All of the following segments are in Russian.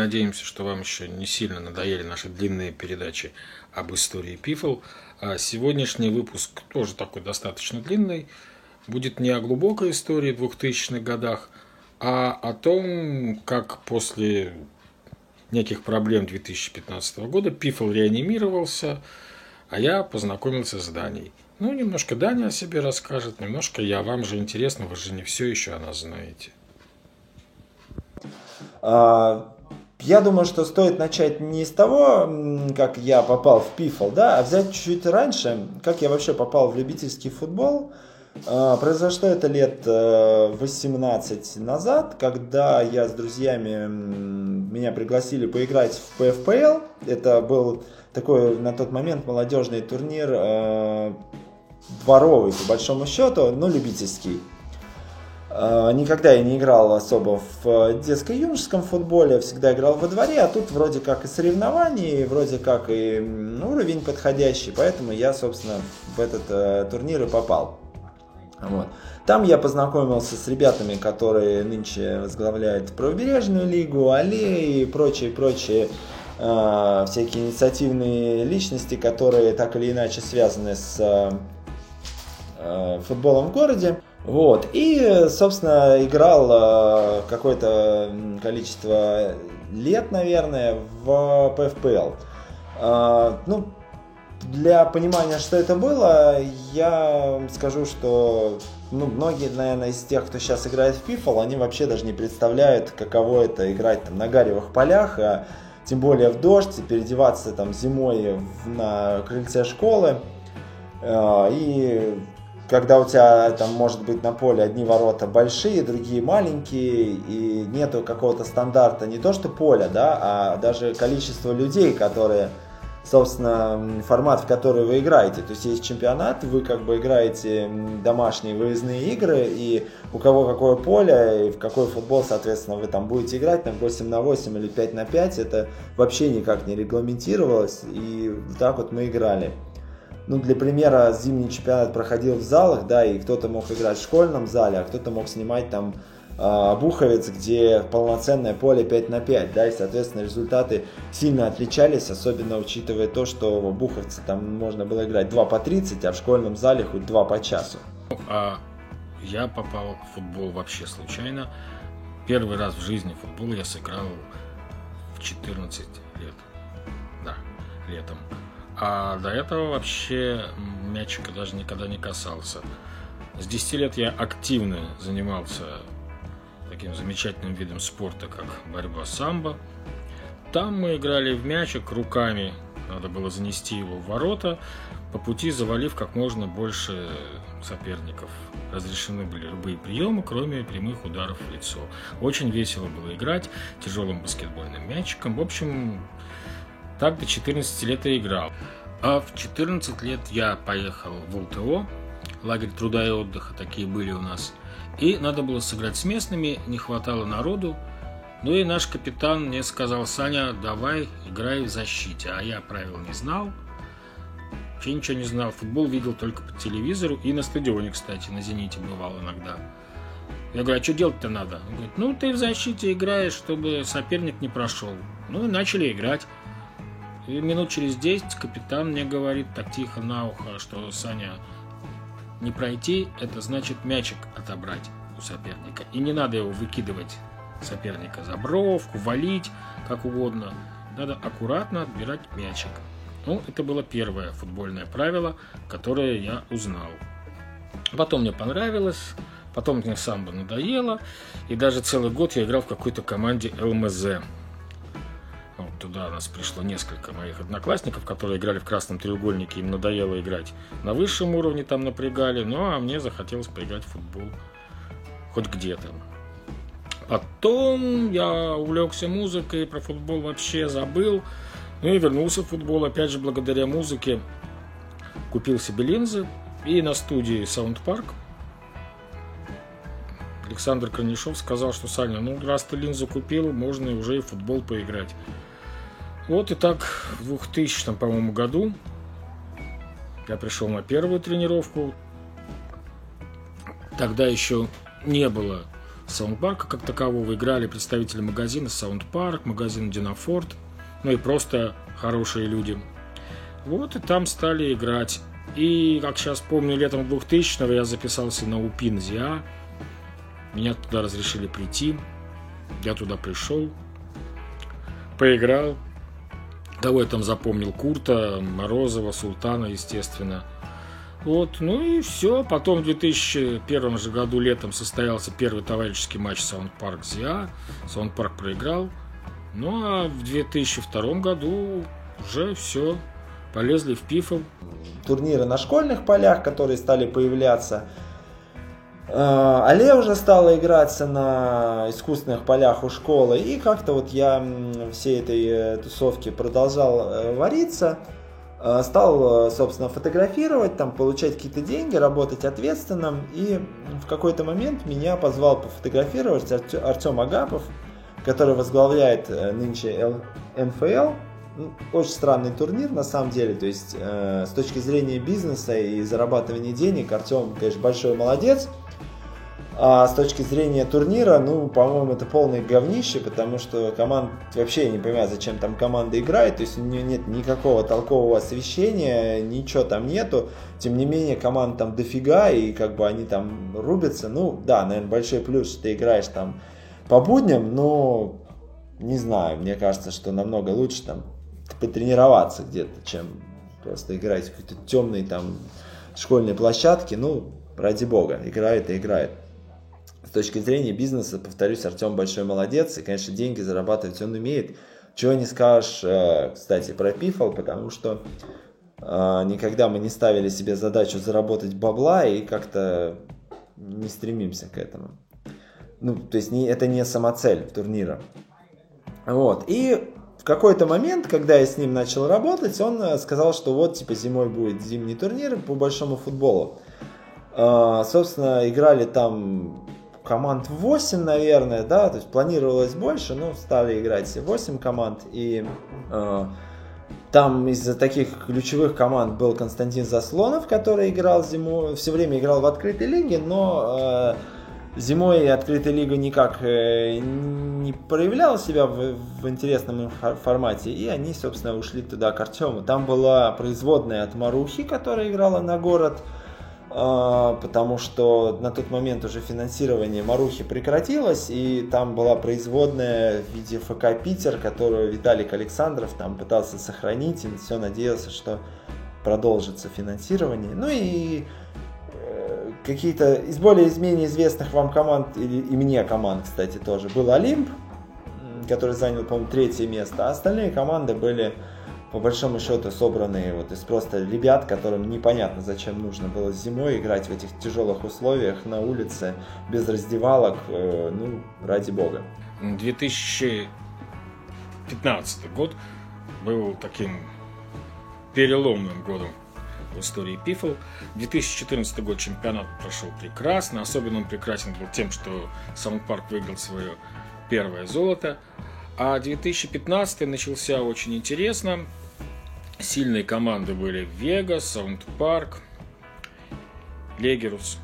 надеемся, что вам еще не сильно надоели наши длинные передачи об истории пифл. А сегодняшний выпуск тоже такой достаточно длинный. Будет не о глубокой истории 2000-х годах, а о том, как после неких проблем 2015 года пифл реанимировался, а я познакомился с Даней. Немножко Даня о себе расскажет, немножко я. Вам же интересно, вы же не все еще о нас знаете. Я думаю, что стоит начать не с того, как я попал в пифл, да, а взять чуть-чуть раньше, как я вообще попал в любительский футбол. Произошло это лет 18 назад, когда я с друзьями, меня пригласили поиграть в ПФПЛ. Это был такой на тот момент молодежный турнир, дворовый по большому счету, но любительский. Никогда я не играл особо в детско-юношеском футболе, всегда играл во дворе, а тут вроде как и соревнования, вроде как и уровень подходящий, поэтому я, собственно, в этот турнир и попал. Вот. Там я познакомился с ребятами, которые нынче возглавляют правобережную лигу, Аллеи и прочие всякие инициативные личности, которые так или иначе связаны с футболом в городе. Вот. И, собственно, играл какое-то количество лет, наверное, в ПФПЛ. Для понимания, что это было, я скажу, что многие, наверное, из тех, кто сейчас играет в пифл, они вообще даже не представляют, каково это играть там на гаревых полях, а тем более в дождь, и переодеваться там зимой на крыльце школы. И когда у тебя там может быть на поле одни ворота большие, другие маленькие, и нету какого-то стандарта не то что поля, да, а даже количество людей, которые, собственно, формат, в который вы играете. То есть есть чемпионат, вы как бы играете домашние выездные игры, и у кого какое поле, и в какой футбол, соответственно, вы там будете играть, там 8-8 или 5-5, это вообще никак не регламентировалось, и так вот мы играли. Для примера, зимний чемпионат проходил в залах, да, и кто-то мог играть в школьном зале, а кто-то мог снимать там Буховец, где полноценное поле 5-5, да, и, соответственно, результаты сильно отличались, особенно учитывая то, что в Буховце там можно было играть 2 по 30, а в школьном зале хоть 2 по часу. А я попал в футбол вообще случайно. Первый раз в жизни футбол я сыграл в 14 лет, да, летом. А до этого вообще мячика даже никогда не касался. С 10 лет я активно занимался таким замечательным видом спорта, как борьба самбо. Там мы играли в мячик руками, надо было занести его в ворота, по пути завалив как можно больше соперников. Разрешены были любые приемы, кроме прямых ударов в лицо. Очень весело было играть тяжелым баскетбольным мячиком. В общем, так до 14 лет я играл. А в 14 лет я поехал в ЛТО, лагерь труда и отдыха, такие были у нас. И надо было сыграть с местными, не хватало народу. И наш капитан мне сказал: Саня, давай играй в защите. А я правил не знал, вообще ничего не знал. Футбол видел только по телевизору и на стадионе, кстати, на «Зените» бывал иногда. Я говорю: а что делать-то надо? Он говорит: ты в защите играешь, чтобы соперник не прошел. И начали играть. И минут через 10 капитан мне говорит так тихо на ухо, что: Саня, не пройти, это значит мячик отобрать у соперника. И не надо его выкидывать, соперника, за бровку, валить, как угодно. Надо аккуратно отбирать мячик. Это было первое футбольное правило, которое я узнал. Потом мне понравилось, потом мне самбо надоело, и даже целый год я играл в какой-то команде ЛМЗ. Туда у нас пришло несколько моих одноклассников, которые играли в красном треугольнике, им надоело играть на высшем уровне, там напрягали, а мне захотелось поиграть в футбол хоть где-то. Потом я увлекся музыкой, про футбол вообще забыл, и вернулся в футбол, опять же, благодаря музыке. Купил себе линзы, и на студии Soundpark Александр Кранишов сказал, что: Саня, раз ты линзу купил, можно уже и в футбол поиграть. И так в 2000, по-моему, году я пришел на первую тренировку. Тогда еще не было Саундпарка как такового. Играли представители магазина Саундпарк, магазина Динафорд, ну и просто хорошие люди. Вот и там стали играть. И, как сейчас помню, летом 2000-го я записался на УПИН-ЗИА. Меня туда разрешили прийти. Я туда пришел, поиграл. Того я там запомнил Курта, Морозова, Султана, естественно. Вот, ну и все. Потом в 2001 же году летом состоялся первый товарищеский матч Саундпарк-ЗИА. Саундпарк проиграл. Ну а в 2002 году уже все. Полезли в пифл. Турниры на школьных полях, которые стали появляться. Але уже стала играться на искусственных полях у школы. И как-то вот я всей этой тусовке продолжал вариться. Стал, собственно, фотографировать, там, получать какие-то деньги, работать ответственно. И в какой-то момент меня позвал пофотографировать Артем Агапов, который возглавляет нынче НФЛ. Очень странный турнир на самом деле, то есть с точки зрения бизнеса и зарабатывания денег Артем, конечно, большой молодец, а с точки зрения турнира, ну, по-моему, это полное говнище, потому что команд, вообще я не понимаю, зачем там команда играет, то есть у нее нет никакого толкового освещения, ничего там нету, тем не менее команд там дофига, и как бы они там рубятся, ну, да, наверное, большой плюс, что ты играешь там по будням, но не знаю, мне кажется, что намного лучше там потренироваться где-то, чем просто играть в какой-то темной там школьной площадке. Ну, ради бога, играет и играет. С точки зрения бизнеса, повторюсь, Артем большой молодец, и, конечно, деньги зарабатывать он умеет. Чего не скажешь, кстати, про пифл, потому что никогда мы не ставили себе задачу заработать бабла и как-то не стремимся к этому. Ну, то есть это не самоцель турнира. Вот, и в какой-то момент, когда я с ним начал работать, он сказал, что вот, типа, зимой будет зимний турнир по большому футболу. Собственно, играли там команд 8, наверное, да, то есть планировалось больше, но стали играть все 8 команд, и там из таких ключевых команд был Константин Заслонов, который играл зимой, все время играл в открытой лиге, но зимой открытая лига никак не проявляла себя в интересном формате, и они, собственно, ушли туда к Артему. Там была производная от Марухи, которая играла на город, потому что на тот момент уже финансирование Марухи прекратилось, и там была производная в виде ФК Питер, которую Виталик Александров там пытался сохранить, и все надеялся, что продолжится финансирование. Ну и какие-то из более-менее известных вам команд, и мне команд, кстати, тоже, был Олимп, который занял, по-моему, 3-е место, а остальные команды были, по большому счету, собранные вот из просто ребят, которым непонятно, зачем нужно было зимой играть в этих тяжелых условиях на улице, без раздевалок, ну, ради бога. 2015 год был таким переломным годом в истории пифл. 2014 год чемпионат прошел прекрасно. Особенно он прекрасен был тем, что Саундпарк выиграл свое первое золото. А 2015 начался очень интересно. Сильные команды были Вегас, Саундпарк, Легерус,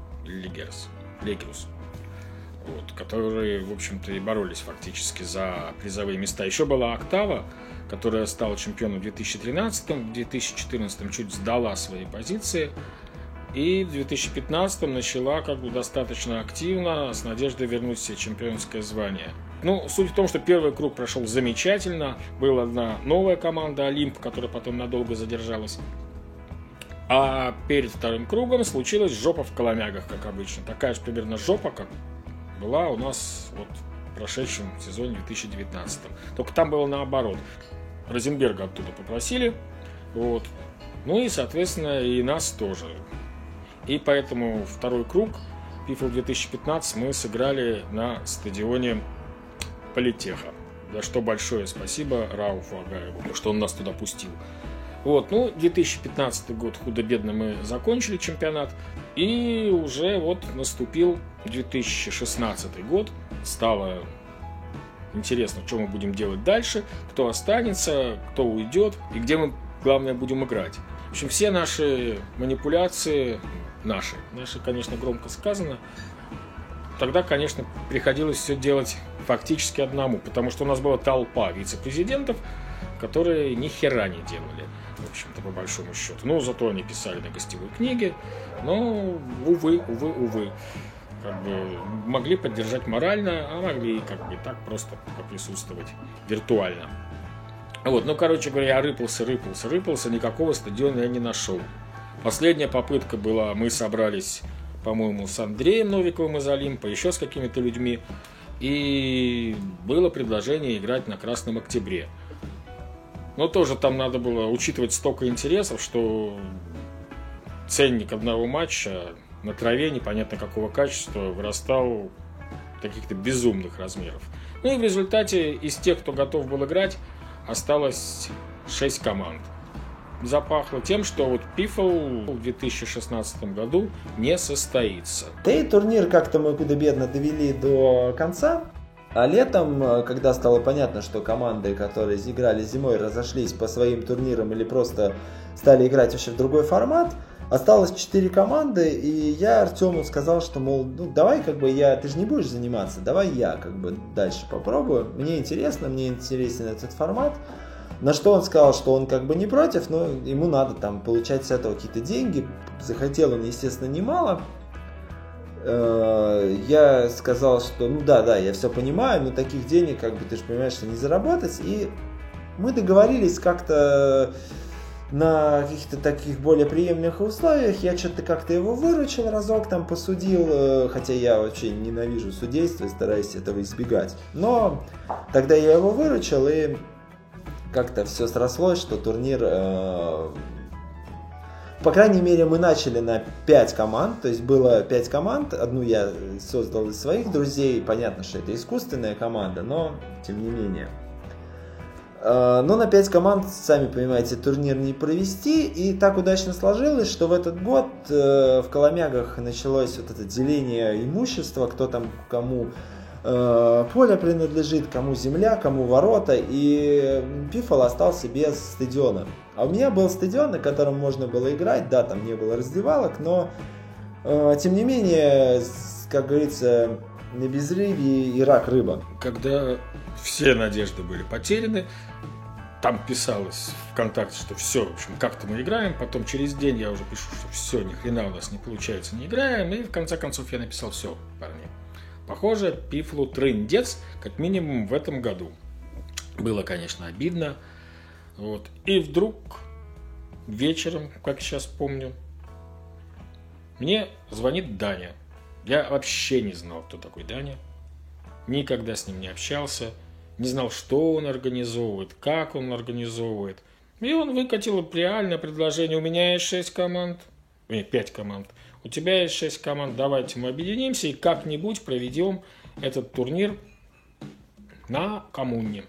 вот, которые, в общем-то, и боролись фактически за призовые места. Еще была Октава, которая стала чемпионом в 2013, в 2014 чуть сдала свои позиции, и в 2015 начала как бы достаточно активно, с надеждой вернуть себе чемпионское звание. Ну, суть в том, что первый круг прошел замечательно, была одна новая команда Олимп, которая потом надолго задержалась, а перед вторым кругом случилась жопа в Коломягах, как обычно, такая же примерно жопа, как была у нас вот в прошедшем сезоне 2019. Только там было наоборот. Розенберга оттуда попросили, вот. Ну и, соответственно, и нас тоже. И поэтому второй круг пифл 2015 мы сыграли на стадионе Политеха. За что большое спасибо Рауфу Агаеву, что он нас туда пустил. Вот, ну, 2015 год худо-бедно мы закончили чемпионат, и уже вот наступил 2016 год. Стало интересно, что мы будем делать дальше, кто останется, кто уйдет, и где мы, главное, будем играть. В общем, все наши манипуляции, наши, конечно, громко сказано, тогда, конечно, приходилось все делать фактически одному, потому что у нас была толпа вице-президентов, которые ни хера не делали, в общем-то, по большому счету. Ну, зато они писали на гостевые книги, но, увы. Как бы могли поддержать морально, а могли как бы так просто поприсутствовать виртуально. Вот, ну, короче говоря, я рыпался, никакого стадиона я не нашел. Последняя попытка была, мы собрались, по-моему, с Андреем Новиковым из Олимпа, еще с какими-то людьми, и было предложение играть на Красном Октябре. Но тоже там надо было учитывать столько интересов, что ценник одного матча на траве непонятно какого качества вырастал каких-то безумных размеров. Ну и в результате из тех, кто готов был играть, осталось 6 команд. Запахло тем, что вот PIFL в 2016 году не состоится. Да и турнир как-то мы худо-бедно довели до конца. А летом, когда стало понятно, что команды, которые играли зимой, разошлись по своим турнирам или просто стали играть вообще в другой формат, осталось 4 команды, и я Артему сказал, что, мол, ну давай ты же не будешь заниматься, давай я дальше попробую. Мне интересен этот формат. На что он сказал, что он не против, но ему надо там получать с этого какие-то деньги. Захотел он, естественно, немало. Я сказал, что да, я все понимаю, но таких денег, ты же понимаешь, что не заработать. И мы договорились как-то на каких-то таких более приемлемых условиях. Я что-то как-то его выручил разок, там посудил, хотя я вообще ненавижу судейство и стараюсь этого избегать. Но тогда я его выручил, и как-то все срослось, что турнир, по крайней мере, мы начали на 5 команд, то есть было 5 команд, одну я создал из своих друзей, понятно, что это искусственная команда, но тем не менее. Но на 5 команд, сами понимаете, турнир не провести, и так удачно сложилось, что в этот год в Коломягах началось вот это деление имущества, кто там кому поле принадлежит, кому земля, кому ворота, и PIFL остался без стадиона. А у меня был стадион, на котором можно было играть, да, там не было раздевалок, но тем не менее, как говорится, на безрыбье и рак рыба. Когда все надежды были потеряны, там писалось ВКонтакте, что все, в общем, как-то мы играем, потом через день я уже пишу, что все, ни хрена у нас не получается, не играем, и в конце концов я написал: все, парни, похоже, PIFL трындец, как минимум в этом году. Было, конечно, обидно. Вот. И вдруг вечером, как сейчас помню, мне звонит Даня. Я вообще не знал, кто такой Даня. Никогда с ним не общался. Не знал, что он организовывает, как он организовывает. И он выкатил реальное предложение: у меня есть 6 команд, 5 команд. У тебя есть 6 команд, давайте мы объединимся и как-нибудь проведем этот турнир на коммуне.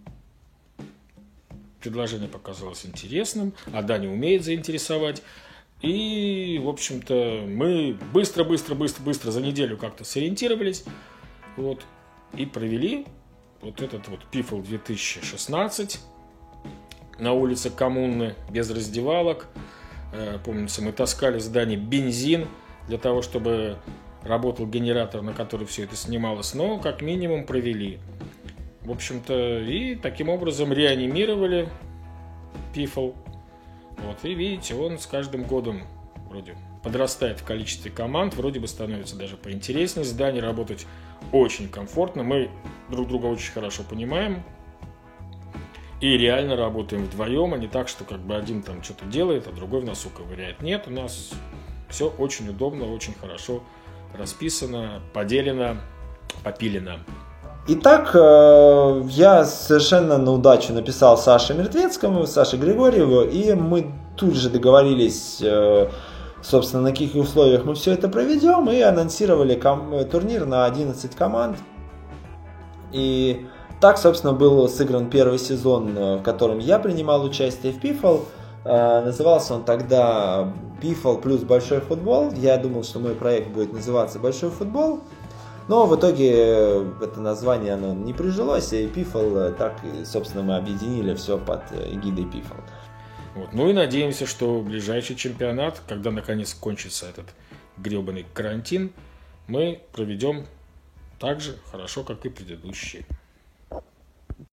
Предложение показалось интересным, а Даня умеет заинтересовать. И, в общем-то, мы быстро за неделю как-то сориентировались. Вот, и провели вот этот вот PIFL 2016 на улице Коммуны, без раздевалок. Помнится, мы таскали с Даней бензин для того, чтобы работал генератор, на который все это снималось, но как минимум провели. В общем-то, и таким образом реанимировали PIFL. Вот, и видите, он с каждым годом вроде подрастает в количестве команд, вроде бы становится даже поинтереснее. С Даней работать очень комфортно, мы друг друга очень хорошо понимаем. И реально работаем вдвоем, а не так, что один там что-то делает, а другой в носу ковыряет. Нет, у нас все очень удобно, очень хорошо расписано, поделено, попилено. Итак, я совершенно на удачу написал Саше Мертвецкому, Саше Григорьеву, и мы тут же договорились, собственно, на каких условиях мы все это проведем, и анонсировали турнир на 11 команд. И так, собственно, был сыгран первый сезон, в котором я принимал участие в PIFL. Назывался он тогда PIFL плюс Большой футбол. Я думал, что мой проект будет называться Большой футбол. Но в итоге это название оно не прижилось, и PIFL, так, собственно, мы объединили все под эгидой PIFL. Вот. Ну и надеемся, что ближайший чемпионат, когда наконец кончится этот гребаный карантин, мы проведем так же хорошо, как и предыдущие.